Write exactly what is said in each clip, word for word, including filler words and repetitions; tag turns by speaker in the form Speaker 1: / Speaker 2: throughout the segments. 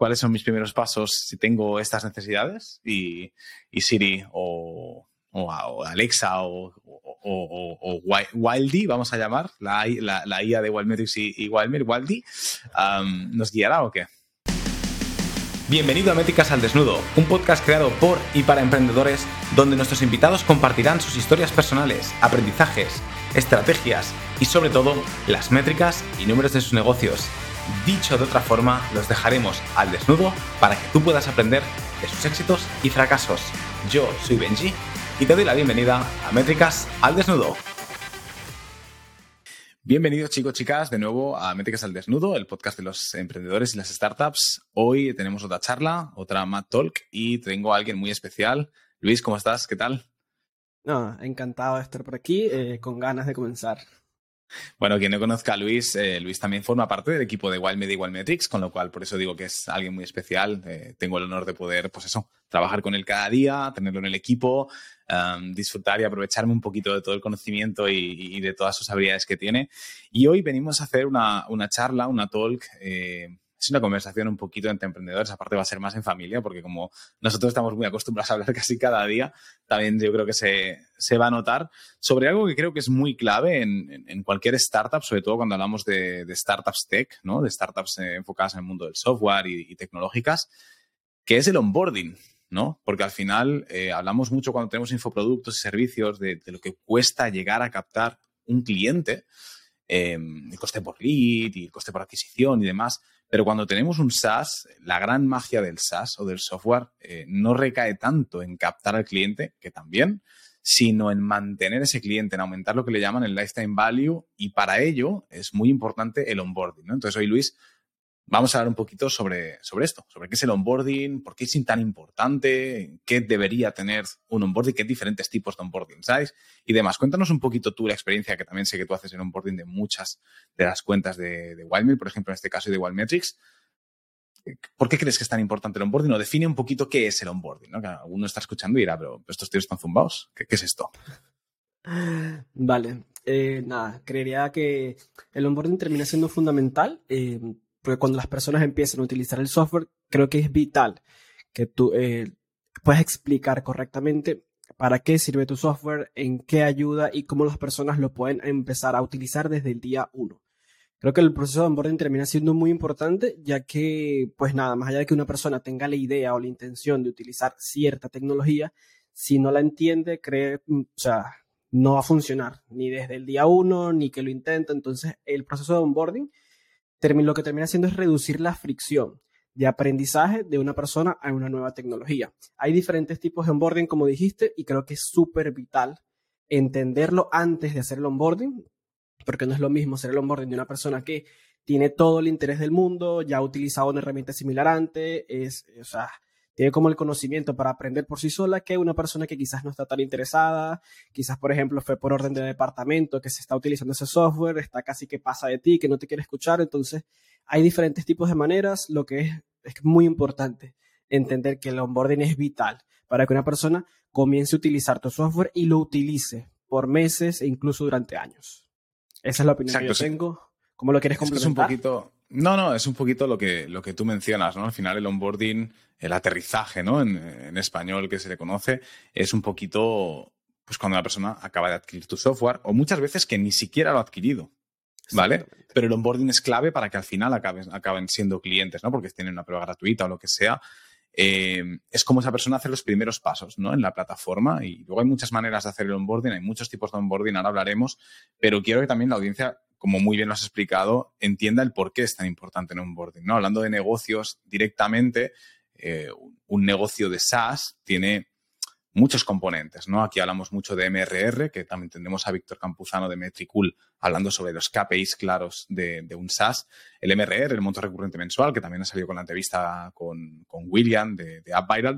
Speaker 1: cuáles son mis primeros pasos si tengo estas necesidades y, y Siri o, o, o Alexa o, o, o, o Wildy, vamos a llamar, la, la, la I A de Wildmetrics y, y Wilmer, Wildy, um, ¿nos guiará o qué?
Speaker 2: Bienvenido a Métricas al Desnudo, un podcast creado por y para emprendedores donde nuestros invitados compartirán sus historias personales, aprendizajes, estrategias y sobre todo las métricas y números de sus negocios. Dicho de otra forma, los dejaremos al desnudo para que tú puedas aprender de sus éxitos y fracasos. Yo soy Benji y te doy la bienvenida a Métricas al Desnudo.
Speaker 1: Bienvenidos chicos, chicas, de nuevo a Métricas al Desnudo, el podcast de los emprendedores y las startups. Hoy tenemos otra charla, otra Mad Talk y tengo a alguien muy especial. Luis, ¿cómo estás? ¿Qué tal?
Speaker 3: No, encantado de estar por aquí, eh, con ganas de comenzar.
Speaker 1: Bueno, quien no conozca a Luis, eh, Luis también forma parte del equipo de Wildmedia y Wildmetrics, con lo cual por eso digo que es alguien muy especial. Eh, tengo el honor de poder, pues eso, trabajar con él cada día, tenerlo en el equipo, um, disfrutar y aprovecharme un poquito de todo el conocimiento y, y de todas sus habilidades que tiene. Y hoy venimos a hacer una, una charla, una talk. Eh, es una conversación un poquito entre emprendedores, aparte va a ser más en familia, porque como nosotros estamos muy acostumbrados a hablar casi cada día, también yo creo que se, se va a notar sobre algo que creo que es muy clave en, en, en cualquier startup, sobre todo cuando hablamos de, de startups tech, ¿no? De startups eh, enfocadas en el mundo del software y, y tecnológicas, que es el onboarding, ¿no? Porque al final eh, hablamos mucho cuando tenemos infoproductos y servicios de, de lo que cuesta llegar a captar un cliente, eh, el coste por lead y el coste por adquisición y demás. Pero cuando tenemos un SaaS, la gran magia del SaaS o del software eh, no recae tanto en captar al cliente, que también, sino en mantener ese cliente, en aumentar lo que le llaman el lifetime value, y para ello es muy importante el onboarding, ¿no? Entonces hoy, Luis, vamos a hablar un poquito sobre, sobre esto, sobre qué es el onboarding, por qué es tan importante, qué debería tener un onboarding, qué diferentes tipos de onboarding, ¿sabes? Y demás. Cuéntanos un poquito tú la experiencia, que también sé que tú haces el onboarding de muchas de las cuentas de, de Wildmail, por ejemplo, en este caso y de Wildmetrics. ¿Por qué crees que es tan importante el onboarding? O define un poquito qué es el onboarding, ¿no? Que alguno está escuchando y dirá, pero estos tíos están zumbados. ¿Qué, qué es esto?
Speaker 3: Vale. Eh, nada, creería que el onboarding termina siendo fundamental, eh, porque cuando las personas empiezan a utilizar el software, creo que es vital que tú eh, puedas explicar correctamente para qué sirve tu software, en qué ayuda y cómo las personas lo pueden empezar a utilizar desde el día uno. Creo que el proceso de onboarding termina siendo muy importante, ya que, pues nada, más allá de que una persona tenga la idea o la intención de utilizar cierta tecnología, si no la entiende, cree, o sea, no va a funcionar ni desde el día uno, ni que lo intenta. Entonces, el proceso de onboarding lo que termina haciendo es reducir la fricción de aprendizaje de una persona a una nueva tecnología. Hay diferentes tipos de onboarding, como dijiste, y creo que es súper vital entenderlo antes de hacer el onboarding, porque no es lo mismo hacer el onboarding de una persona que tiene todo el interés del mundo, ya ha utilizado una herramienta similar antes, es, o sea, tiene como el conocimiento para aprender por sí sola, que una persona que quizás no está tan interesada, quizás, por ejemplo, fue por orden de departamento que se está utilizando ese software, está casi que pasa de ti, que no te quiere escuchar. Entonces, hay diferentes tipos de maneras. Lo que es, es muy importante entender que el onboarding es vital para que una persona comience a utilizar tu software y lo utilice por meses e incluso durante años. Esa es la opinión
Speaker 1: Exacto,
Speaker 3: que yo
Speaker 1: sí.
Speaker 3: tengo. ¿Cómo lo quieres complementar?
Speaker 1: Es un poquito... No, no, es un poquito lo que, lo que tú mencionas, ¿no? Al final el onboarding, el aterrizaje, ¿no? En, en español que se le conoce, es un poquito, pues cuando la persona acaba de adquirir tu software, o muchas veces que ni siquiera lo ha adquirido, ¿vale? Pero el onboarding es clave para que al final acaben, acaben siendo clientes, ¿no? Porque tienen una prueba gratuita o lo que sea. Eh, es como esa persona hace los primeros pasos, ¿no? En la plataforma, y luego hay muchas maneras de hacer el onboarding, hay muchos tipos de onboarding, ahora hablaremos, pero quiero que también la audiencia, como muy bien lo has explicado, entienda el por qué es tan importante el onboarding, ¿no? Hablando de negocios directamente, eh, un negocio de SaaS tiene muchos componentes, ¿no? Aquí hablamos mucho de M R R, que también tendremos a Víctor Campuzano de Metricool hablando sobre los K P Is claros de, de un SaaS. El M R R, el monto recurrente mensual, que también ha salido con la entrevista con, con William de, de AppViral.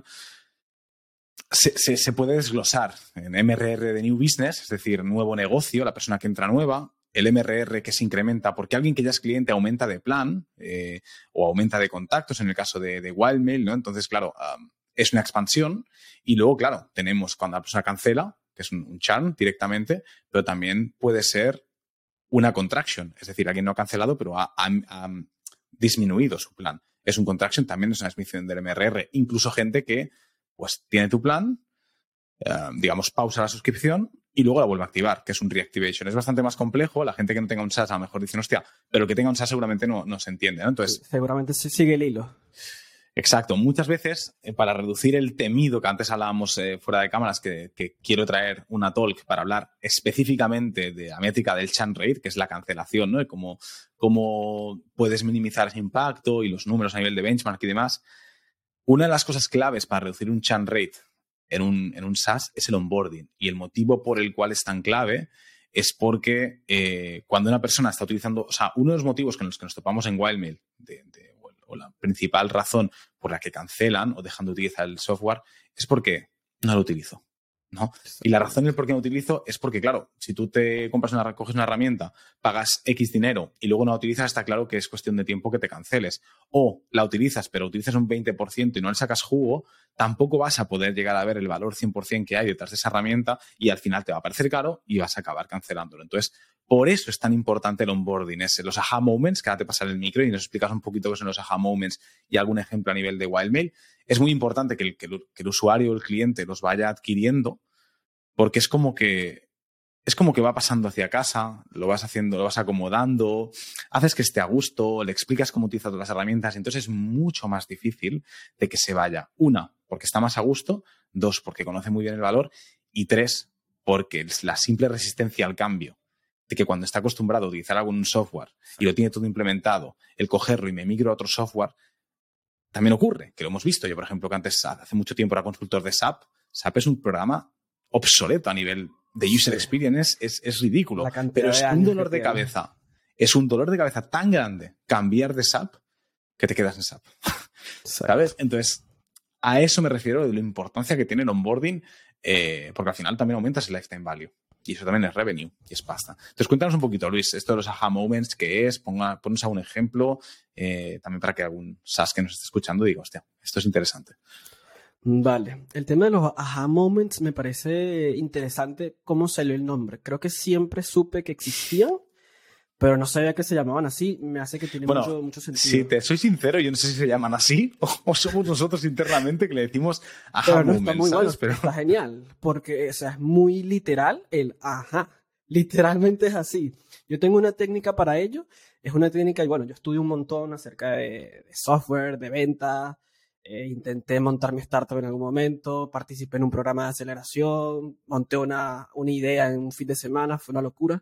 Speaker 1: Se, se, se puede desglosar en M R R de New Business, es decir, nuevo negocio, la persona que entra nueva. El M R R que se incrementa porque alguien que ya es cliente aumenta de plan eh, o aumenta de contactos, en el caso de, de Wildmail, ¿no? Entonces, claro, um, es una expansión. Y luego, claro, tenemos cuando la persona cancela, que es un, un churn directamente, pero también puede ser una contraction. Es decir, alguien no ha cancelado, pero ha, ha, ha disminuido su plan. es un contraction, también es una definición del M R R. Incluso gente que pues tiene tu plan, eh, digamos, pausa la suscripción y luego la vuelve a activar, que es un reactivation. Es bastante más complejo. La gente que no tenga un SaaS a lo mejor dicen, hostia, pero el que tenga un SaaS seguramente no, no se entiende, ¿no? Entonces,
Speaker 3: seguramente se sigue el hilo.
Speaker 1: Exacto. Muchas veces, eh, para reducir el temido que antes hablábamos eh, fuera de cámaras, que, que quiero traer una talk para hablar específicamente de la métrica del churn rate, que es la cancelación, ¿no? Y cómo, cómo puedes minimizar ese impacto y los números a nivel de benchmark y demás. Una de las cosas claves para reducir un churn rate en un, en un SaaS es el onboarding. Y el motivo por el cual es tan clave es porque eh, cuando una persona está utilizando... O sea, uno de los motivos con los que nos topamos en Wildmail de, de o la principal razón por la que cancelan o dejan de utilizar el software es porque no lo utilizo, ¿no? Y la razón del por qué no utilizo es porque, claro, si tú te compras una, coges una herramienta, pagas X dinero y luego no la utilizas, está claro que es cuestión de tiempo que te canceles. O la utilizas, pero utilizas un veinte por ciento y no le sacas jugo, tampoco vas a poder llegar a ver el valor cien por ciento que hay detrás de esa herramienta y al final te va a parecer caro y vas a acabar cancelándolo. Entonces, por eso es tan importante el onboarding, es los aha moments, que ahora te pasaré el micro y nos explicas un poquito qué son los aha moments y algún ejemplo a nivel de Wildmail. Es muy importante que el, que el, que el usuario o el cliente los vaya adquiriendo porque es como que es como que va pasando hacia casa, lo vas haciendo, lo vas acomodando, haces que esté a gusto, le explicas cómo utilizas todas las herramientas, entonces es mucho más difícil de que se vaya. Una, porque está más a gusto, dos, porque conoce muy bien el valor y tres, porque la simple resistencia al cambio de que cuando está acostumbrado a utilizar algún software y lo tiene todo implementado, el cogerlo y me migro a otro software, también ocurre, que lo hemos visto. Yo, por ejemplo, que antes, hace mucho tiempo era consultor de S A P. S A P es un programa obsoleto a nivel de user experience, es, es ridículo, pero es un dolor de cabeza. Es un dolor de cabeza tan grande cambiar de S A P que te quedas en S A P. ¿Sabes? Entonces, a eso me refiero de la importancia que tiene el onboarding, eh, porque al final también aumentas el lifetime value. Y eso también es revenue y es pasta. Entonces, cuéntanos un poquito, Luis, esto de los aha moments, ¿qué es? Ponga, ponnos algún ejemplo, eh, también para que algún SaaS que nos esté escuchando diga, hostia, esto es interesante.
Speaker 3: Vale. El tema de los aha moments me parece interesante cómo salió el nombre. Creo que siempre supe que existían, pero no sabía que se llamaban así. Me hace que tiene bueno, mucho, mucho sentido.
Speaker 1: Si te soy sincero, yo no sé si se llaman así o, o somos nosotros internamente que le decimos aha
Speaker 3: pero no,
Speaker 1: moments.
Speaker 3: Está muy bueno,
Speaker 1: pero...
Speaker 3: está genial, porque o sea, es muy literal el ajá. Literalmente es así. Yo tengo una técnica para ello. Es una técnica, y bueno, yo estudio un montón acerca de, de software, de venta. Eh, intenté montar mi startup en algún momento, participé en un programa de aceleración, monté una, una idea en un fin de semana, fue una locura.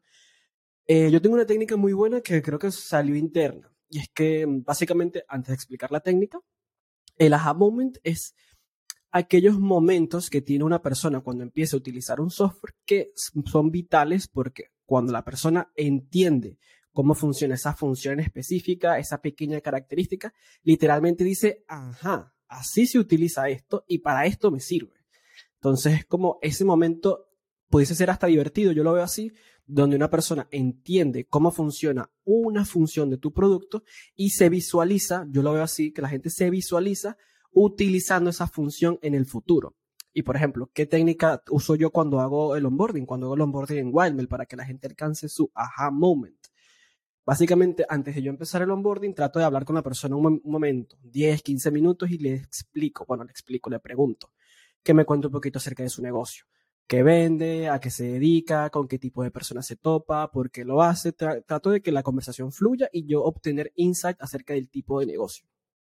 Speaker 3: Eh, yo tengo una técnica muy buena que creo que salió interna. Y es que, básicamente, antes de explicar la técnica, el aha moment es aquellos momentos que tiene una persona cuando empieza a utilizar un software que son vitales porque cuando la persona entiende cómo funciona esa función específica, esa pequeña característica, literalmente dice, ajá, así se utiliza esto y para esto me sirve. Entonces es como ese momento pudiese ser hasta divertido, yo lo veo así, donde una persona entiende cómo funciona una función de tu producto y se visualiza, yo lo veo así, que la gente se visualiza utilizando esa función en el futuro. Y, por ejemplo, ¿qué técnica uso yo cuando hago el onboarding? Cuando hago el onboarding en Wildmail para que la gente alcance su aha moment. Básicamente, antes de yo empezar el onboarding, trato de hablar con la persona un, un momento, diez, quince minutos, y le explico, bueno, le explico, le pregunto, que me cuente un poquito acerca de su negocio. ¿Qué vende? ¿A qué se dedica? ¿Con qué tipo de personas se topa? ¿Por qué lo hace? Tra- trato de que la conversación fluya y yo obtener insight acerca del tipo de negocio.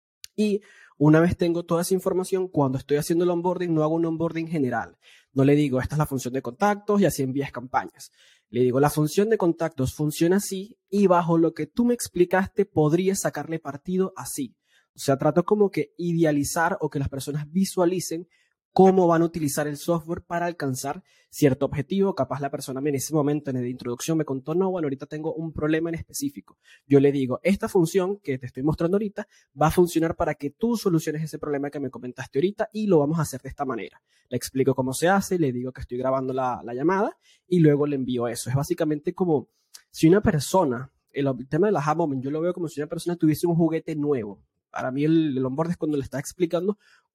Speaker 3: Y una vez tengo toda esa información, cuando estoy haciendo el onboarding, no hago un onboarding general. No le digo, esta es la función de contactos y así envías campañas. Le digo, la función de contactos funciona así y bajo lo que tú me explicaste podrías sacarle partido así. O sea, trato como que idealizar o que las personas visualicen cómo van a utilizar el software para alcanzar cierto objetivo. Capaz la persona en ese momento en la introducción me contó, no, bueno, ahorita tengo un problema en específico. Yo le digo, esta función que te estoy mostrando ahorita va a funcionar para que tú soluciones ese problema que me comentaste ahorita y lo vamos a hacer de esta manera. Le explico cómo se hace, le digo que estoy grabando la, la llamada y luego le envío eso. Es básicamente como si una persona, el, el tema del aha moment, yo lo veo como si una persona tuviese un juguete nuevo. Para mí el, el onboard es cuando le estás explicando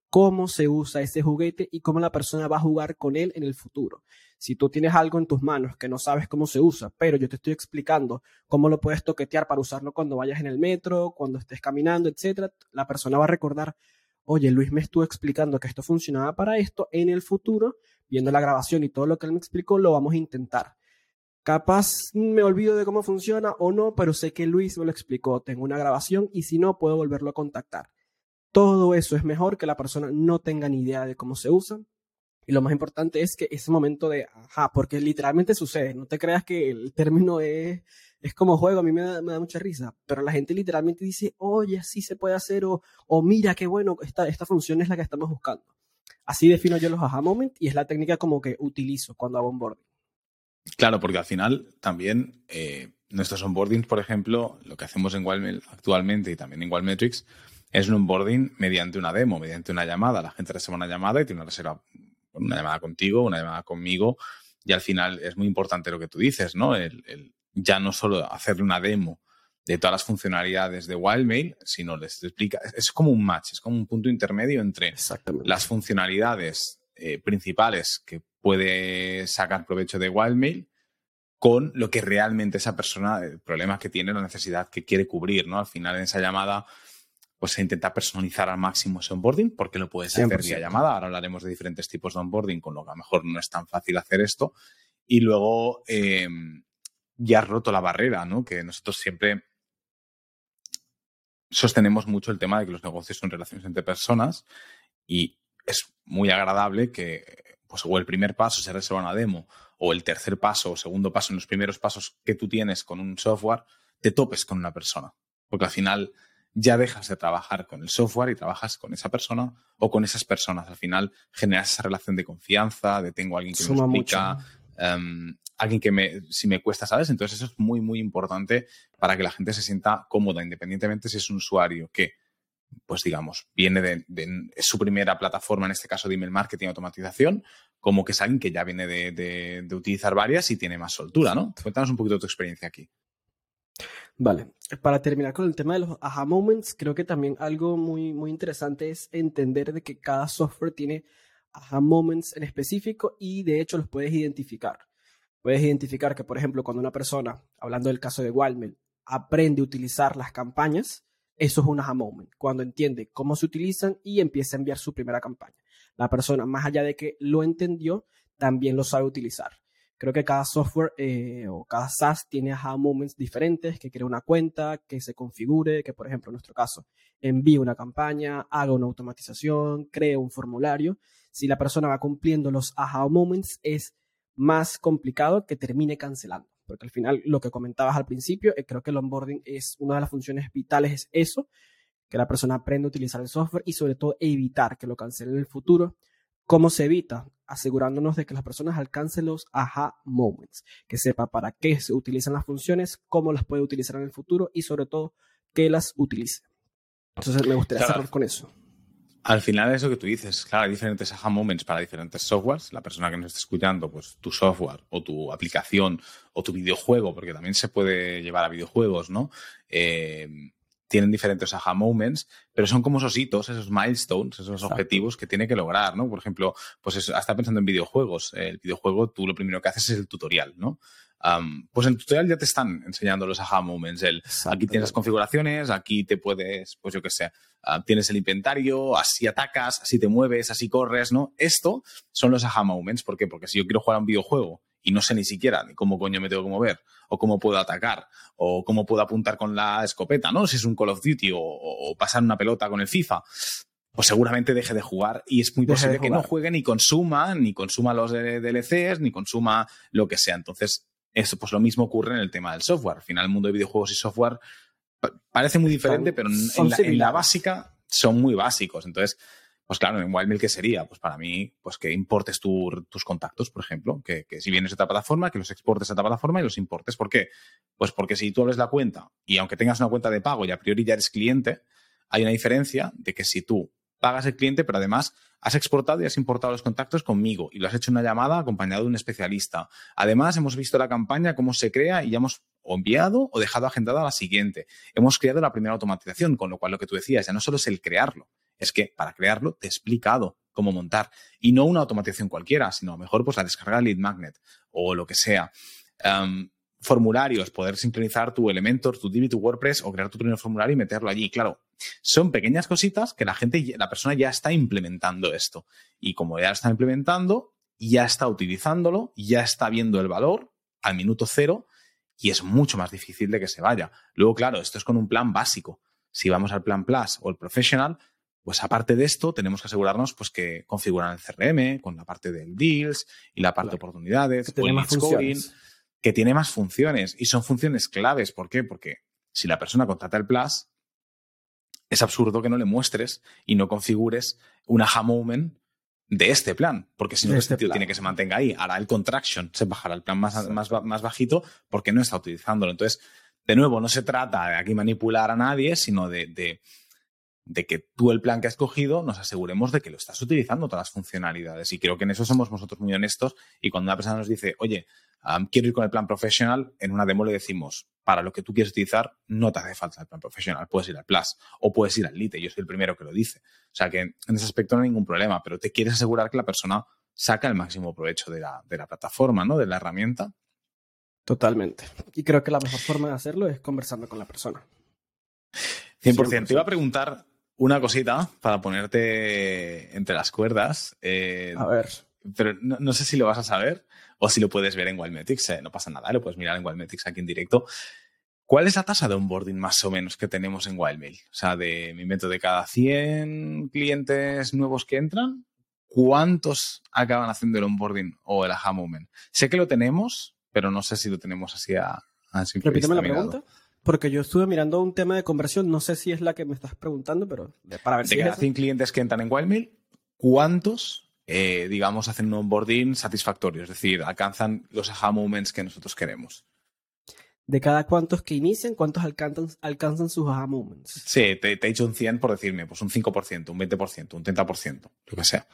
Speaker 3: cómo se usa ese juguete y cómo la persona va a jugar con él en el futuro. Si tú tienes algo en tus manos que no sabes cómo se usa, pero yo te estoy explicando cómo lo puedes toquetear para usarlo cuando vayas en el metro, cuando estés caminando, etcétera, la persona va a recordar, oye, Luis me estuvo explicando que esto funcionaba para esto, en el futuro, viendo la grabación y todo lo que él me explicó, lo vamos a intentar. Capaz me olvido de cómo funciona o no, pero sé que Luis me lo explicó, tengo una grabación y si no, puedo volverlo a contactar. Todo eso es mejor que la persona no tenga ni idea de cómo se usa. Y lo más importante es que ese momento de, ajá, porque literalmente sucede, no te creas que el término es, es como juego, a mí me da, me da mucha risa, pero la gente literalmente dice, oye, así se puede hacer, o, o mira, qué bueno, esta, esta función es la que estamos buscando. Así defino yo los aha moment y es la técnica como que utilizo cuando hago onboarding.
Speaker 1: Claro, porque al final también eh, nuestros onboardings, por ejemplo, lo que hacemos en Wildmail actualmente y también en Wildmetrics, es un onboarding mediante una demo, mediante una llamada. La gente reserva una llamada y tiene una reserva, una llamada contigo, una llamada conmigo, y al final es muy importante lo que tú dices, ¿no? El, el ya no solo hacerle una demo de todas las funcionalidades de Wildmail, sino les explica, es como un match, es como un punto intermedio entre las funcionalidades eh, principales que puede sacar provecho de Wildmail con lo que realmente esa persona, el problema que tiene, la necesidad que quiere cubrir, ¿no? Al final en esa llamada pues se intenta personalizar al máximo ese onboarding porque lo puedes hacer vía llamada. Ahora hablaremos de diferentes tipos de onboarding, con lo que a lo mejor no es tan fácil hacer esto. Y luego eh, ya has roto la barrera, ¿no? Que nosotros siempre sostenemos mucho el tema de que los negocios son relaciones entre personas y es muy agradable que pues, o el primer paso se reserva una demo o el tercer paso o segundo paso en los primeros pasos que tú tienes con un software te topes con una persona. Porque al final ya dejas de trabajar con el software y trabajas con esa persona o con esas personas. Al final generas esa relación de confianza, de tengo a alguien que Suma me explica, um, alguien que me, si me cuesta, ¿sabes? Entonces eso es muy, muy importante para que la gente se sienta cómoda, independientemente si es un usuario que, pues digamos, viene de, de es su primera plataforma, en este caso de email marketing y automatización, como que es alguien que ya viene de, de, de utilizar varias y tiene más soltura, ¿no? Cuéntanos un poquito de tu experiencia aquí.
Speaker 3: Vale, para terminar con el tema de los aha moments, creo que también algo muy, muy interesante es entender de que cada software tiene aha moments en específico y de hecho los puedes identificar. Puedes identificar que, por ejemplo, cuando una persona, hablando del caso de Wildmail, aprende a utilizar las campañas, eso es un aha moment, cuando entiende cómo se utilizan y empieza a enviar su primera campaña. La persona, más allá de que lo entendió, también lo sabe utilizar. Creo que cada software eh, o cada SaaS tiene aha moments diferentes, que crea una cuenta, que se configure, que por ejemplo en nuestro caso envíe una campaña, haga una automatización, cree un formulario. Si la persona va cumpliendo los aha moments es más complicado que termine cancelando, porque al final lo que comentabas al principio, eh, creo que el onboarding es una de las funciones vitales, es eso, que la persona aprenda a utilizar el software y sobre todo evitar que lo cancele en el futuro. ¿Cómo se evita? Asegurándonos de que las personas alcancen los aha moments, que sepa para qué se utilizan las funciones, cómo las puede utilizar en el futuro y sobre todo que las utilice. Entonces me gustaría
Speaker 1: claro,
Speaker 3: cerrar con eso.
Speaker 1: Al final eso que tú dices, claro, hay diferentes aha moments para diferentes softwares. La persona que nos esté escuchando, pues tu software o tu aplicación o tu videojuego, porque también se puede llevar a videojuegos, ¿no? Eh, tienen diferentes aha moments, pero son como esos hitos, esos milestones, esos Exacto. objetivos que tiene que lograr, ¿no? Por ejemplo, pues eso, hasta pensando en videojuegos. El videojuego, tú lo primero que haces es el tutorial, ¿no? Um, pues en el tutorial ya te están enseñando los aha moments. El, aquí tienes las configuraciones, aquí te puedes, pues yo qué sé, uh, tienes el inventario, así atacas, así te mueves, así corres, ¿no? Esto son los aha moments. ¿Por qué? Porque si yo quiero jugar a un videojuego y no sé ni siquiera ni cómo coño me tengo que mover, o cómo puedo atacar, o cómo puedo apuntar con la escopeta, ¿no? Si es un Call of Duty o, o pasar una pelota con el FIFA, pues seguramente deje de jugar y es muy deje posible que no juegue ni consuma, ni consuma los D L Cs, ni consuma lo que sea. Entonces, eso, pues lo mismo ocurre en el tema del software. Al final, el mundo de videojuegos y software parece muy diferente, pero en, en, la, en la básica son muy básicos. Entonces, pues claro, en Wildmail, ¿qué sería? Pues para mí, pues que importes tu, tus contactos, por ejemplo, que, que si vienes de otra plataforma, que los exportes a otra plataforma y los importes. ¿Por qué? Pues porque si tú abres la cuenta y aunque tengas una cuenta de pago y a priori ya eres cliente, hay una diferencia de que si tú pagas el cliente, pero además has exportado y has importado los contactos conmigo y lo has hecho en una llamada acompañado de un especialista. Además, hemos visto la campaña, cómo se crea y ya hemos o enviado o dejado agendada a la siguiente. Hemos creado la primera automatización, con lo cual lo que tú decías ya no solo es el crearlo, Es que para crearlo te he explicado cómo montar. Y no una automatización cualquiera, sino a lo mejor pues la descarga de Lead Magnet o lo que sea. Um, formularios, poder sincronizar tu Elementor, tu Divi, tu WordPress o crear tu primer formulario y meterlo allí. Claro, son pequeñas cositas que la gente, la persona ya está implementando esto. Y como ya lo está implementando, ya está utilizándolo, ya está viendo el valor al minuto cero y es mucho más difícil de que se vaya. Luego, claro, esto es con un plan básico. Si vamos al plan Plus o el Professional, pues aparte de esto, tenemos que asegurarnos pues, que configuran el C R M con la parte del Deals y la parte de
Speaker 3: Claro.
Speaker 1: oportunidades,
Speaker 3: Que
Speaker 1: o el
Speaker 3: tiene
Speaker 1: lead
Speaker 3: más
Speaker 1: scoring,
Speaker 3: funciones.
Speaker 1: que tiene más funciones y son funciones claves. ¿Por qué? Porque si la persona contrata el Plus, es absurdo que no le muestres y no configures un aha moment de este plan, porque si no,
Speaker 3: De
Speaker 1: este
Speaker 3: este
Speaker 1: tío
Speaker 3: plan.
Speaker 1: tiene que se mantenga ahí. Hará el contraction, se bajará el plan más, más, más bajito porque no está utilizándolo. Entonces, de nuevo, no se trata de aquí manipular a nadie, sino de, de, de que tú el plan que has cogido nos aseguremos de que lo estás utilizando todas las funcionalidades. Y creo que en eso somos nosotros muy honestos. Y cuando una persona nos dice, oye, um, quiero ir con el plan profesional, en una demo le decimos, para lo que tú quieres utilizar, no te hace falta el plan profesional. Puedes ir al Plus o puedes ir al Lite. Yo soy el primero que lo dice. O sea que en ese aspecto no hay ningún problema, pero te quieres asegurar que la persona saca el máximo provecho de la, de la plataforma, ¿no? De la herramienta.
Speaker 3: Totalmente. Y creo que la mejor forma de hacerlo es conversando con la persona.
Speaker 1: cien por ciento. Te iba a preguntar una cosita para ponerte entre las cuerdas. Eh,
Speaker 3: A ver.
Speaker 1: Pero no, no sé si lo vas a saber o si lo puedes ver en Wildmetrics. Eh, no pasa nada, lo puedes mirar en Wildmetrics aquí en directo. ¿Cuál es la tasa de onboarding más o menos que tenemos en Wildmail? O sea, de mi método de cada cien clientes nuevos que entran, ¿cuántos acaban haciendo el onboarding o el aha moment? Sé que lo tenemos, pero no sé si lo tenemos así a, a simple
Speaker 3: Repíteme la
Speaker 1: vista mirado.
Speaker 3: pregunta. Porque yo estuve mirando un tema de conversión, no sé si es la que me estás preguntando, pero para ver
Speaker 1: De
Speaker 3: si es
Speaker 1: cada
Speaker 3: esa.
Speaker 1: cien clientes que entran en Wildmail, ¿cuántos, eh, digamos, hacen un onboarding satisfactorio? Es decir, alcanzan los aha moments que nosotros queremos.
Speaker 3: De cada cuantos que inician, ¿cuántos alcanzan, alcanzan sus aha moments?
Speaker 1: Sí, te, te he dicho un cien por decirme, pues un cinco por ciento, un veinte por ciento, un treinta por ciento, lo que sea.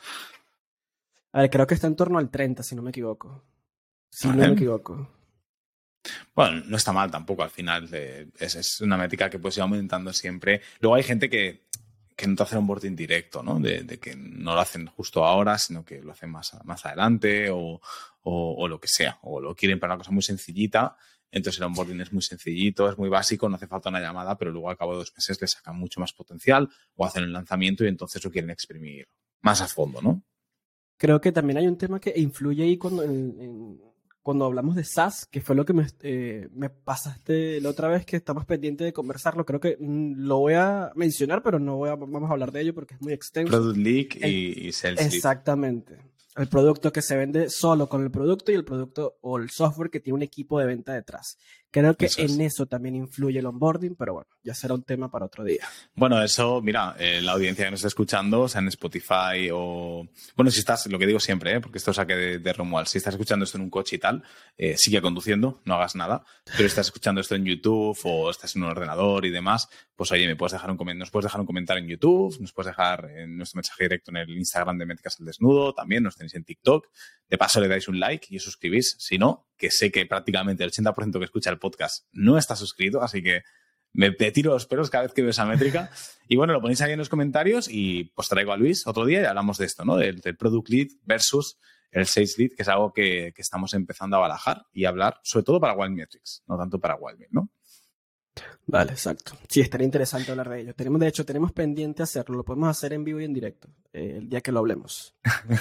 Speaker 3: A ver, creo que está en torno al treinta, si no me equivoco. Si
Speaker 1: Vale.
Speaker 3: no me equivoco.
Speaker 1: Bueno, no está mal tampoco al final. Eh, es, es una métrica que pues ir aumentando siempre. Luego hay gente que, que no te hace un onboarding directo, ¿no? De, de que no lo hacen justo ahora, sino que lo hacen más, más adelante o, o, o lo que sea. O lo quieren para una cosa muy sencillita. Entonces el onboarding es muy sencillito, es muy básico, no hace falta una llamada, pero luego al cabo de dos meses le sacan mucho más potencial o hacen el lanzamiento y entonces lo quieren exprimir más a fondo, ¿no?
Speaker 3: Creo que también hay un tema que influye ahí cuando, en, en, cuando hablamos de SaaS, que fue lo que me, eh, me pasaste la otra vez que estamos pendientes de conversarlo. Creo que mm, lo voy a mencionar, pero no voy a, vamos a hablar de ello porque es muy extenso.
Speaker 1: Product Leak
Speaker 3: El,
Speaker 1: y, y Sales Lead.
Speaker 3: Exactamente. El producto que se vende solo con el producto y el producto o el software que tiene un equipo de venta detrás. Creo que
Speaker 1: Eso
Speaker 3: en
Speaker 1: es.
Speaker 3: eso también influye el onboarding, pero bueno, ya será un tema para otro día.
Speaker 1: Bueno, eso, mira, eh, la audiencia que nos está escuchando, o sea, en Spotify o... Bueno, si estás, lo que digo siempre, ¿eh? Porque esto saque de, de Romuald, si estás escuchando esto en un coche y tal, eh, sigue conduciendo, no hagas nada, pero si estás escuchando esto en YouTube o estás en un ordenador y demás, pues oye, me puedes dejar un comentario, nos puedes dejar un comentario en YouTube, nos puedes dejar en nuestro mensaje directo en el Instagram de Métricas al Desnudo, también nos tenéis en TikTok, de paso le dais un like y os suscribís, si no, que sé que prácticamente el ochenta por ciento que escucha el podcast no está suscrito, así que me, me tiro los pelos cada vez que veo esa métrica. Y bueno, lo ponéis ahí en los comentarios y pues traigo a Luis otro día y hablamos de esto, ¿no? Del, del Product Lead versus el Sales Lead, que es algo que, que estamos empezando a barajar y a hablar, sobre todo para Wildmetrics, no tanto para Wildmail, ¿no?
Speaker 3: Vale, exacto. Sí, estaría interesante hablar de ello. Tenemos, de hecho, tenemos pendiente hacerlo. Lo podemos hacer en vivo y en directo, eh, el día que lo hablemos.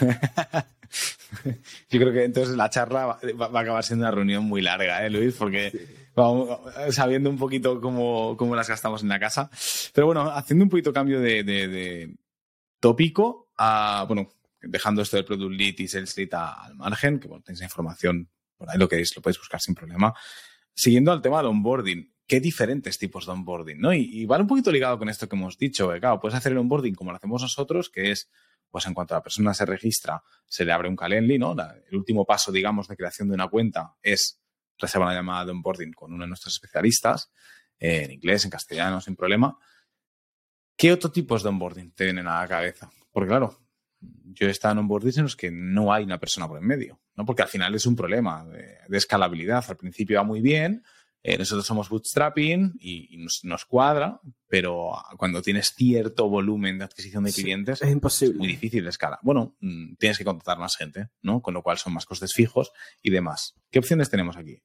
Speaker 1: Yo creo que entonces la charla va, va a acabar siendo una reunión muy larga, ¿eh, Luis? Porque sí. Vamos sabiendo un poquito cómo, cómo las gastamos en la casa. Pero bueno, haciendo un poquito cambio de, de, de tópico, a, bueno, dejando esto del Product Lead y Sales Lead al margen, que bueno, tenéis información por ahí, lo queréis, lo podéis buscar sin problema. Siguiendo al tema del onboarding, ¿qué diferentes tipos de onboarding, ¿no? Y, y vale un poquito ligado con esto que hemos dicho, que claro, puedes hacer el onboarding como lo hacemos nosotros, que es, pues en cuanto la persona se registra, se le abre un Calendly, ¿no? La, el último paso, digamos, de creación de una cuenta es reservar una llamada de onboarding con uno de nuestros especialistas, eh, en inglés, en castellano, sin problema. ¿Qué otro tipos de onboarding te vienen a la cabeza? Porque claro, yo he estado en onboardings en los que no hay una persona por en medio, ¿no? Porque al final es un problema de, de escalabilidad. Al principio va muy bien, Eh, nosotros somos bootstrapping y, y nos, nos cuadra, pero cuando tienes cierto volumen de adquisición de
Speaker 3: Sí,
Speaker 1: clientes
Speaker 3: es imposible.
Speaker 1: es muy difícil de escala. Bueno, mmm, tienes que contratar más gente, ¿no? Con lo cual son más costes fijos y demás. ¿Qué opciones tenemos aquí?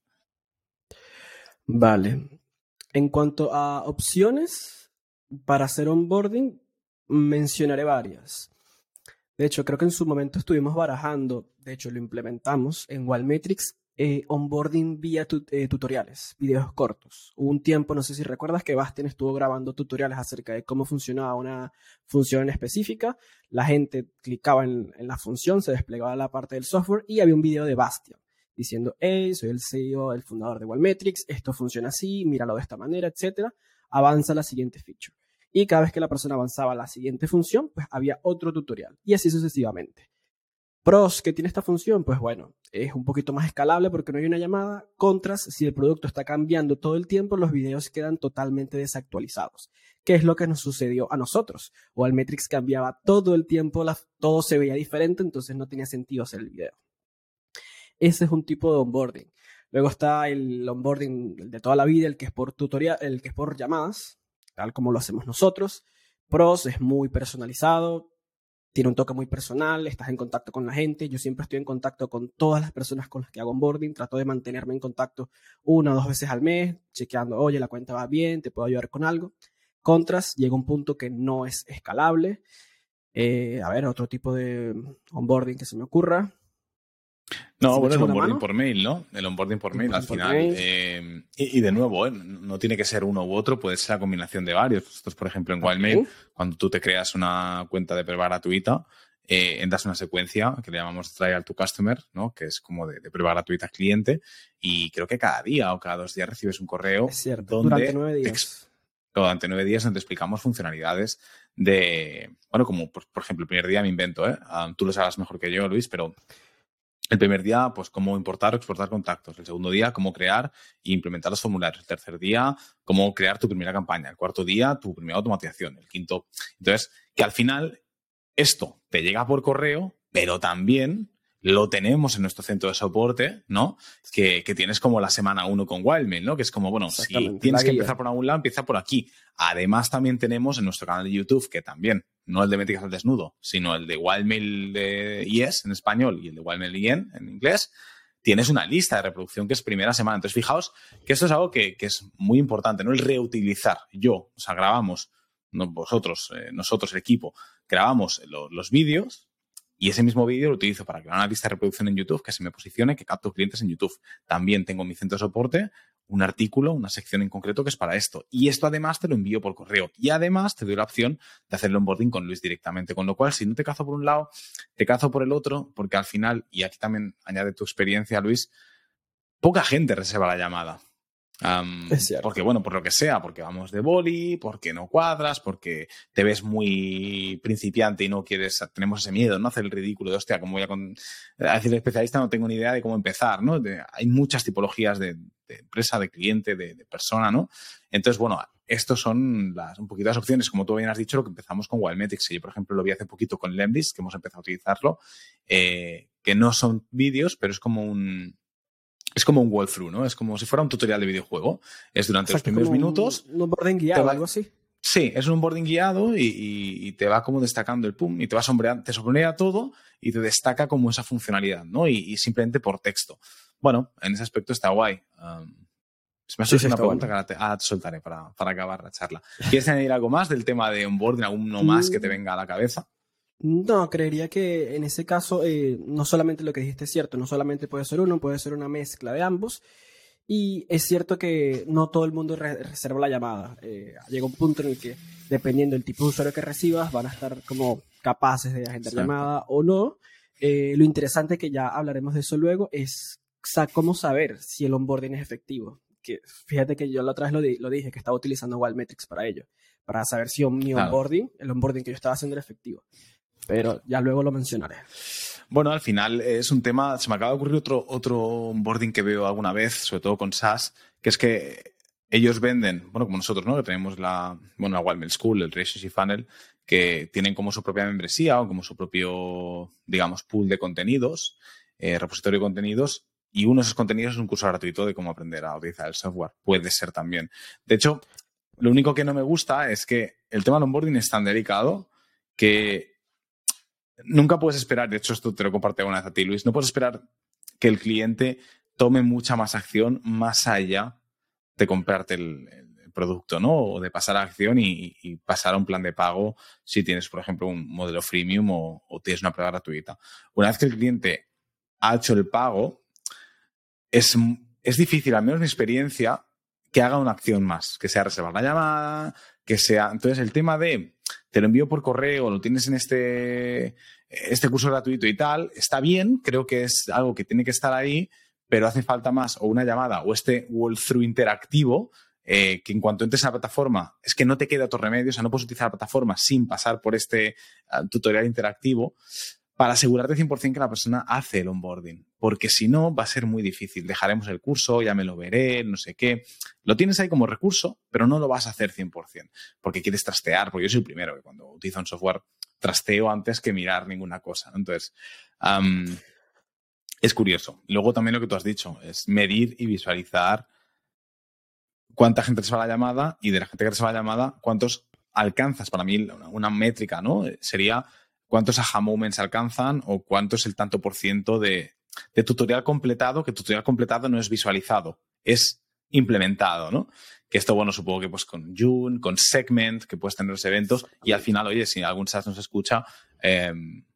Speaker 3: Vale. En cuanto a opciones para hacer onboarding, mencionaré varias. De hecho, creo que en su momento estuvimos barajando, de hecho lo implementamos en Wildmetrics, eh, onboarding vía tu- eh, tutoriales, videos cortos. Hubo un tiempo, no sé si recuerdas, que Bastian estuvo grabando tutoriales acerca de cómo funcionaba una función en específica. La gente clicaba en, en la función, se desplegaba la parte del software y había un video de Bastian diciendo, hey, soy el C E O, el fundador de Wildmetrics, esto funciona así, míralo de esta manera, etcétera. Avanza a la siguiente feature. Y cada vez que la persona avanzaba a la siguiente función, pues había otro tutorial. Y así sucesivamente. Pros que tiene esta función, pues bueno, es un poquito más escalable porque no hay una llamada. Contras, si el producto está cambiando todo el tiempo, los videos quedan totalmente desactualizados. ¿Qué es lo que nos sucedió a nosotros? O al Metrix cambiaba todo el tiempo, la, todo se veía diferente, entonces no tenía sentido hacer el video. Ese es un tipo de onboarding. Luego está el onboarding de toda la vida, el que es por tutorial, el que es por llamadas, tal como lo hacemos nosotros. Pros, es muy personalizado, tiene un toque muy personal, estás en contacto con la gente. Yo siempre estoy en contacto con todas las personas con las que hago onboarding. Trato de mantenerme en contacto una o dos veces al mes, chequeando, oye, la cuenta va bien, te puedo ayudar con algo. Contras, llega un punto que no es escalable. Eh, a ver, otro tipo de onboarding que se me ocurra.
Speaker 1: No,
Speaker 3: Si
Speaker 1: bueno, el
Speaker 3: una
Speaker 1: onboarding
Speaker 3: mano.
Speaker 1: por mail, ¿no? El onboarding por mail al
Speaker 3: Onboarding por
Speaker 1: final.
Speaker 3: mail.
Speaker 1: Eh, y, y de nuevo, ¿eh? No tiene que ser uno u otro, puede ser la combinación de varios. Nosotros, por ejemplo, en
Speaker 3: También.
Speaker 1: Wildmail, cuando tú te creas una cuenta de prueba gratuita, eh, entras una secuencia que le llamamos Trial to Customer, ¿no? Que es como de, de prueba gratuita al cliente. Y creo que cada día o cada dos días recibes un correo
Speaker 3: Es cierto,
Speaker 1: donde
Speaker 3: durante nueve
Speaker 1: te
Speaker 3: días.
Speaker 1: durante nueve días donde te explicamos funcionalidades de, bueno, como por, por ejemplo, el primer día me invento, ¿eh? Um, tú lo sabes mejor que yo, Luis, pero el primer día, pues cómo importar o exportar contactos. El segundo día, cómo crear e implementar los formularios. El tercer día, cómo crear tu primera campaña. El cuarto día, tu primera automatización. El quinto. Entonces, que al final esto te llega por correo, pero también lo tenemos en nuestro centro de soporte, ¿no? Que, que tienes como la semana uno con Wildmail, ¿no? Que es como, bueno, si tienes que empezar por algún lado, empieza por aquí. Además, también tenemos en nuestro canal de YouTube, que también, no el de Métricas al Desnudo, sino el de Wildmail de I E S en español y el de Wildmail I E N en inglés, tienes una lista de reproducción que es primera semana. Entonces, fijaos que esto es algo que, que es muy importante, ¿no? El reutilizar. Yo, o sea, grabamos, no, vosotros, eh, nosotros, el equipo, grabamos lo, los vídeos y ese mismo vídeo lo utilizo para crear una lista de reproducción en YouTube que se me posicione, que capto clientes en YouTube. También tengo en mi centro de soporte un artículo, una sección en concreto que es para esto. Y esto además te lo envío por correo. Y además te doy la opción de hacer el onboarding con Luis directamente. Con lo cual, si no te cazo por un lado, te cazo por el otro, porque al final, y aquí también añade tu experiencia, Luis, poca gente reserva la llamada. Um,
Speaker 3: Es cierto.
Speaker 1: porque, bueno, por lo que sea, porque vamos de boli, porque no cuadras, porque te ves muy principiante y no quieres, tenemos ese miedo, ¿no? Hacer el ridículo de, hostia, como voy a, con, a decir especialista, no tengo ni idea de cómo empezar, ¿no? De, hay muchas tipologías de, de empresa, de cliente, de, de persona, ¿no? Entonces, bueno, estos son las, un poquito las opciones, como tú bien has dicho, lo que empezamos con Wildmetrics. Yo, por ejemplo, lo vi hace poquito con Lemlist, que hemos empezado a utilizarlo, eh, que no son vídeos, pero es como un... Es como un walkthrough, ¿no? Es como si fuera un tutorial de videojuego. Es durante
Speaker 3: Exacto,
Speaker 1: los primeros
Speaker 3: como
Speaker 1: minutos.
Speaker 3: Un, un onboarding guiado,
Speaker 1: va,
Speaker 3: algo así.
Speaker 1: Sí, es un onboarding guiado y, y, y te va como destacando el pum y te va sombreando, te sombrea todo y te destaca como esa funcionalidad, ¿no? Y, y simplemente por texto. Bueno, en ese aspecto está guay. Um, me ha surgido sí, sí, una pregunta bueno. que ahora te, ahora te soltaré para, para acabar la charla. ¿Quieres añadir algo más del tema de onboarding, alguno más que te venga a la cabeza?
Speaker 3: No, creería que en ese caso eh, no solamente lo que dijiste es cierto, no solamente puede ser uno, puede ser una mezcla de ambos. Y es cierto que no todo el mundo re reserva la llamada. Eh, llega un punto en el que, dependiendo del tipo de usuario que recibas, van a estar como capaces de agendar Exacto. llamada o no. Eh, lo interesante, que ya hablaremos de eso luego, es cómo saber si el onboarding es efectivo. Que, fíjate que yo la otra vez lo, di lo dije, que estaba utilizando Wildmetrics para ello, para saber si mi claro. onboarding, el onboarding que yo estaba haciendo era efectivo. Pero ya luego lo mencionaré.
Speaker 1: Bueno, al final es un tema, se me acaba de ocurrir otro, otro onboarding que veo alguna vez, sobre todo con SaaS, que es que ellos venden, bueno, como nosotros, ¿no? Que tenemos la, bueno, la Wildmail School, el Relationship Funnel, que tienen como su propia membresía o como su propio, digamos, pool de contenidos, eh, repositorio de contenidos, y uno de esos contenidos es un curso gratuito de cómo aprender a utilizar el software. Puede ser también. De hecho, lo único que no me gusta es que el tema del onboarding es tan delicado que nunca puedes esperar, de hecho esto te lo compartí alguna vez a ti, Luis, no puedes esperar que el cliente tome mucha más acción más allá de comprarte el, el producto, ¿no? O de pasar a acción y, y pasar a un plan de pago si tienes, por ejemplo, un modelo freemium o, o tienes una prueba gratuita. Una vez que el cliente ha hecho el pago, es, es difícil, al menos mi experiencia, que haga una acción más, que sea reservar la llamada, que sea... Entonces, el tema de te lo envío por correo, lo tienes en este, este curso gratuito y tal, está bien, creo que es algo que tiene que estar ahí, pero hace falta más o una llamada o este walkthrough interactivo eh, que en cuanto entres a la plataforma es que no te queda otro remedio, o sea, no puedes utilizar la plataforma sin pasar por este uh, tutorial interactivo para asegurarte cien por ciento que la persona hace el onboarding, porque si no va a ser muy difícil. Dejaremos el curso, ya me lo veré, no sé qué. Lo tienes ahí como recurso, pero no lo vas a hacer cien por ciento, porque quieres trastear, porque yo soy el primero que cuando utilizo un software trasteo antes que mirar ninguna cosa, ¿no? Entonces, um, es curioso. Luego también lo que tú has dicho es medir y visualizar cuánta gente recibe la llamada y de la gente que recibe la llamada, cuántos alcanzas. Para mí una, una métrica, ¿no? Sería cuántos aha moments alcanzan o cuánto es el tanto por ciento de, de tutorial completado, que tutorial completado no es visualizado, es implementado, ¿no? Que esto, bueno, supongo que pues con Joon, con Segment, que puedes tener los eventos y al final, oye, si algún SaaS nos escucha, eh,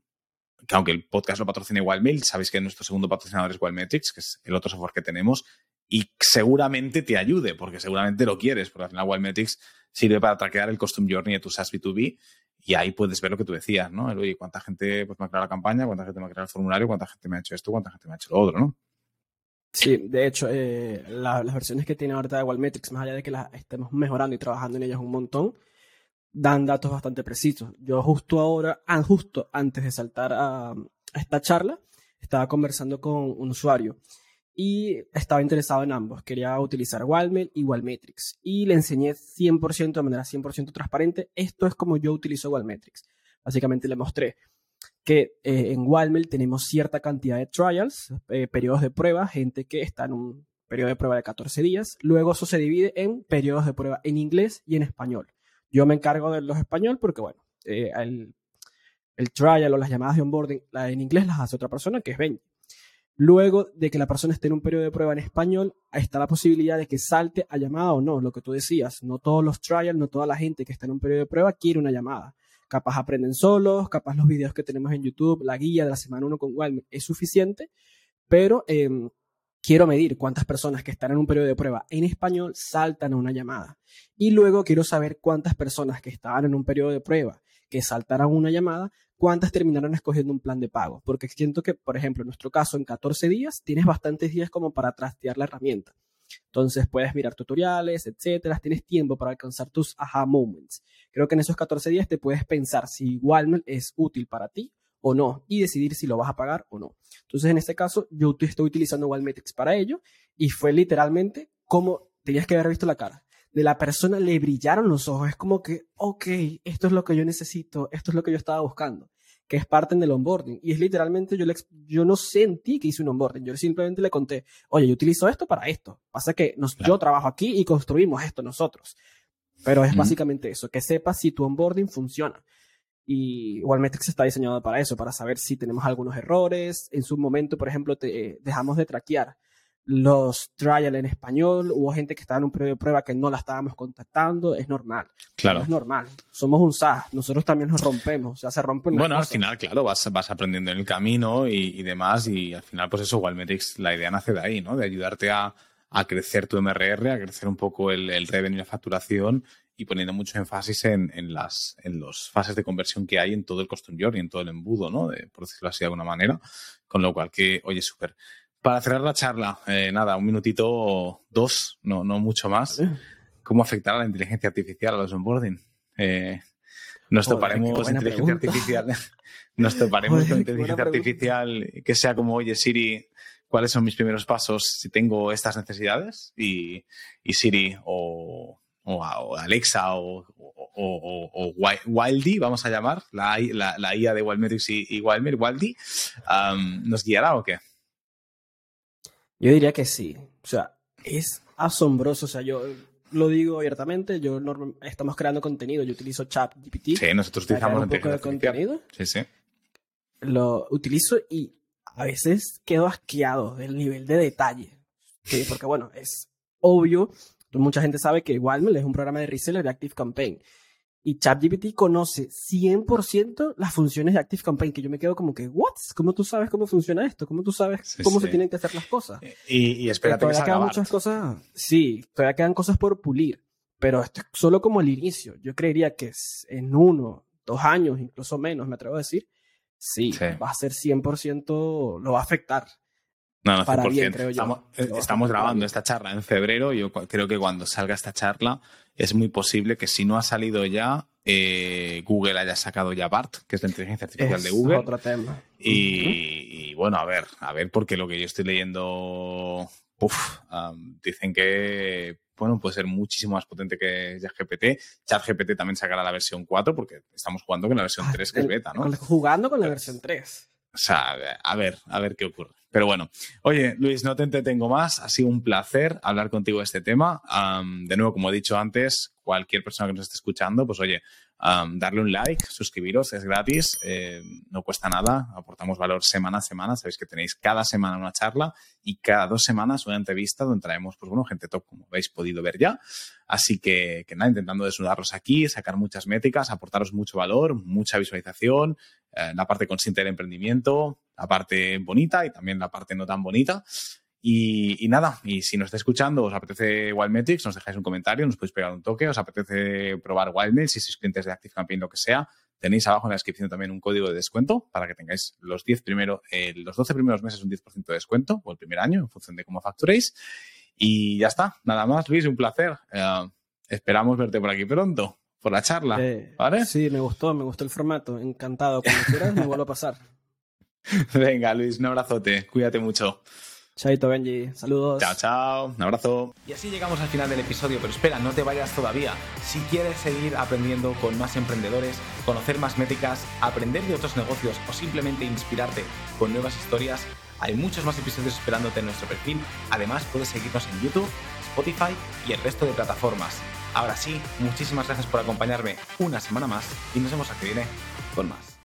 Speaker 1: que aunque el podcast lo patrocina Wildmail, sabéis que nuestro segundo patrocinador es Wildmetrics, que es el otro software que tenemos, y seguramente te ayude, porque seguramente lo quieres, porque al final Wildmetrics sirve para traquear el Custom Journey de tu SaaS B dos B y ahí puedes ver lo que tú decías, ¿no? El, oye, cuánta gente pues, me ha creado la campaña, cuánta gente me ha creado el formulario, cuánta gente me ha hecho esto, cuánta gente me ha hecho lo otro, ¿no?
Speaker 3: Sí, de hecho, eh, la, las versiones que tiene ahorita de Wildmetrics, más allá de que las estemos mejorando y trabajando en ellas un montón, dan datos bastante precisos. Yo justo ahora, ah, justo antes de saltar a, a esta charla, estaba conversando con un usuario y estaba interesado en ambos. Quería utilizar Wildmail y Wildmetrics. Y le enseñé cien por ciento de manera cien por ciento transparente. Esto es como yo utilizo Wildmetrics. Básicamente le mostré que eh, en Wildmail tenemos cierta cantidad de trials, eh, periodos de prueba, gente que está en un periodo de prueba de catorce días. Luego eso se divide en periodos de prueba en inglés y en español. Yo me encargo de los español porque, bueno, eh, el, el trial o las llamadas de onboarding la, en inglés las hace otra persona, que es Benji. Luego de que la persona esté en un periodo de prueba en español, está la posibilidad de que salte a llamada o no, lo que tú decías. No todos los trials, no toda la gente que está en un periodo de prueba quiere una llamada. Capaz aprenden solos, capaz los videos que tenemos en YouTube, la guía de la semana uno con Wildmail es suficiente, pero eh, quiero medir cuántas personas que están en un periodo de prueba en español saltan a una llamada. Y luego quiero saber cuántas personas que estaban en un periodo de prueba que saltaron una llamada, cuántas terminaron escogiendo un plan de pago. Porque siento que, por ejemplo, en nuestro caso, en catorce días, tienes bastantes días como para trastear la herramienta. Entonces puedes mirar tutoriales, etcétera. Tienes tiempo para alcanzar tus aha moments. Creo que en esos catorce días te puedes pensar si Wildmail es útil para ti o no y decidir si lo vas a pagar o no. Entonces, en este caso, yo estoy utilizando Wildmetrics para ello y fue literalmente como tenías que haber visto la cara. De la persona le brillaron los ojos. Es como que, ok, esto es lo que yo necesito, esto es lo que yo estaba buscando, que es parte del onboarding. Y es literalmente, yo, le, yo no sentí que hice un onboarding. Yo simplemente le conté, oye, yo utilizo esto para esto. Pasa que nos, claro. Yo trabajo aquí y construimos esto nosotros. Pero es mm. básicamente eso, que sepas si tu onboarding funciona. Y Wildmetrics está diseñado para eso, para saber si tenemos algunos errores. En su momento, por ejemplo, te, eh, dejamos de traquear los trials en español, hubo gente que estaba en un periodo de prueba que no la estábamos contactando, es normal.
Speaker 1: Claro.
Speaker 3: Es normal. Somos un SaaS, nosotros también nos rompemos, o sea, se rompen.
Speaker 1: Bueno, al final, claro, vas, vas aprendiendo en el camino y, y demás, y al final, pues eso, Wildmetrics, la idea nace de ahí, ¿no? De ayudarte a, a crecer tu M R R, a crecer un poco el, el revenue y la facturación y poniendo mucho énfasis en, en las en los fases de conversión que hay en todo el Custom Journey, en todo el embudo, ¿no? De, por decirlo así de alguna manera. Con lo cual, que, oye, súper. Para cerrar la charla, eh, nada, un minutito, dos, no, no mucho más. ¿Cómo afectará la inteligencia artificial a los onboarding? Eh, nos Joder, toparemos inteligencia pregunta. artificial. Nos toparemos Joder, con inteligencia artificial que sea como, oye, Siri, ¿cuáles son mis primeros pasos si tengo estas necesidades? Y, y Siri o, o, o Alexa o, o, o, o Wildy, vamos a llamar, la, la, la I A de Wildmetrics y, y Wildmail, Wildy, um, ¿nos guiará o qué?
Speaker 3: Yo diría que sí. O sea, es asombroso. O sea, yo lo digo abiertamente. Yo norm- estamos creando contenido. Yo utilizo ChatGPT.
Speaker 1: Sí, nosotros utilizamos
Speaker 3: un poco de contenido.
Speaker 1: Sí, sí.
Speaker 3: Lo utilizo y a veces quedo asqueado del nivel de detalle. Sí, porque bueno, es obvio. Mucha gente sabe que Wildmail es un programa de reseller de ActiveCampaign. Y ChatGPT conoce cien por ciento las funciones de ActiveCampaign, que yo me quedo como que, ¿what? ¿Cómo tú sabes cómo funciona esto? ¿Cómo tú sabes
Speaker 1: sí,
Speaker 3: cómo
Speaker 1: sí.
Speaker 3: se tienen que hacer las cosas?
Speaker 1: Y, y espérate que salga
Speaker 3: quedan
Speaker 1: Bart.
Speaker 3: muchas cosas. Sí, todavía quedan cosas por pulir. Pero esto es solo como el inicio. Yo creería que en uno, dos años, incluso menos, me atrevo a decir, sí,
Speaker 1: Sí.
Speaker 3: va a ser cien por ciento, lo va a afectar.
Speaker 1: No, no,
Speaker 3: Para
Speaker 1: cien por ciento.
Speaker 3: bien, creo yo.
Speaker 1: Estamos,
Speaker 3: Lo
Speaker 1: estamos
Speaker 3: para
Speaker 1: grabando
Speaker 3: bien.
Speaker 1: esta charla en febrero. Yo cu- creo que cuando salga esta charla es muy posible que si no ha salido ya, eh, Google haya sacado ya Bart, que es la inteligencia artificial
Speaker 3: Es
Speaker 1: de Google.
Speaker 3: otro tema.
Speaker 1: Y,
Speaker 3: Ujú.
Speaker 1: y bueno, a ver, a ver, porque lo que yo estoy leyendo, uf, um, dicen que, bueno, puede ser muchísimo más potente que ChatGPT. ChatGPT también sacará la versión cuatro, porque estamos jugando con la versión tres, que es beta, ¿no?
Speaker 3: Con- Jugando con la versión tres.
Speaker 1: O sea, a ver, a ver qué ocurre. Pero bueno, oye, Luis, no te entretengo más. Ha sido un placer hablar contigo de este tema. Um, de nuevo, como he dicho antes, cualquier persona que nos esté escuchando, pues oye, um, darle un like, suscribiros, es gratis, eh, no cuesta nada, aportamos valor semana a semana. Sabéis que tenéis cada semana una charla y cada dos semanas una entrevista donde traemos, pues bueno, gente top, como habéis podido ver ya. Así que, que nada, intentando desnudarlos aquí, sacar muchas métricas, aportaros mucho valor, mucha visualización, eh, la parte consciente del emprendimiento, la parte bonita y también la parte no tan bonita. Y, y nada, y si nos está escuchando, os apetece Wildmetrics, nos dejáis un comentario, nos podéis pegar un toque, os apetece probar Wildmail, si sois clientes de ActiveCampaign, lo que sea, tenéis abajo en la descripción también un código de descuento para que tengáis los diez primero, eh, los doce primeros meses un diez por ciento de descuento, o el primer año, en función de cómo facturéis. Y ya está, nada más, Luis, un placer. Eh, esperamos verte por aquí pronto, por la charla,
Speaker 3: Eh,
Speaker 1: ¿vale?
Speaker 3: Sí, me gustó, me gustó el formato. Encantado. Cuando quieras, me vuelvo a pasar.
Speaker 1: Venga, Luis, un abrazote, cuídate mucho.
Speaker 3: Chaito, Benji. Saludos.
Speaker 1: Chao, chao, un abrazo.
Speaker 2: Y así llegamos al final del episodio, pero espera, no te vayas todavía. Si quieres seguir aprendiendo con más emprendedores, conocer más métricas, aprender de otros negocios o simplemente inspirarte con nuevas historias, hay muchos más episodios esperándote en nuestro perfil. Además, puedes seguirnos en YouTube, Spotify y el resto de plataformas. Ahora sí, muchísimas gracias por acompañarme una semana más y nos vemos aquí viene con más.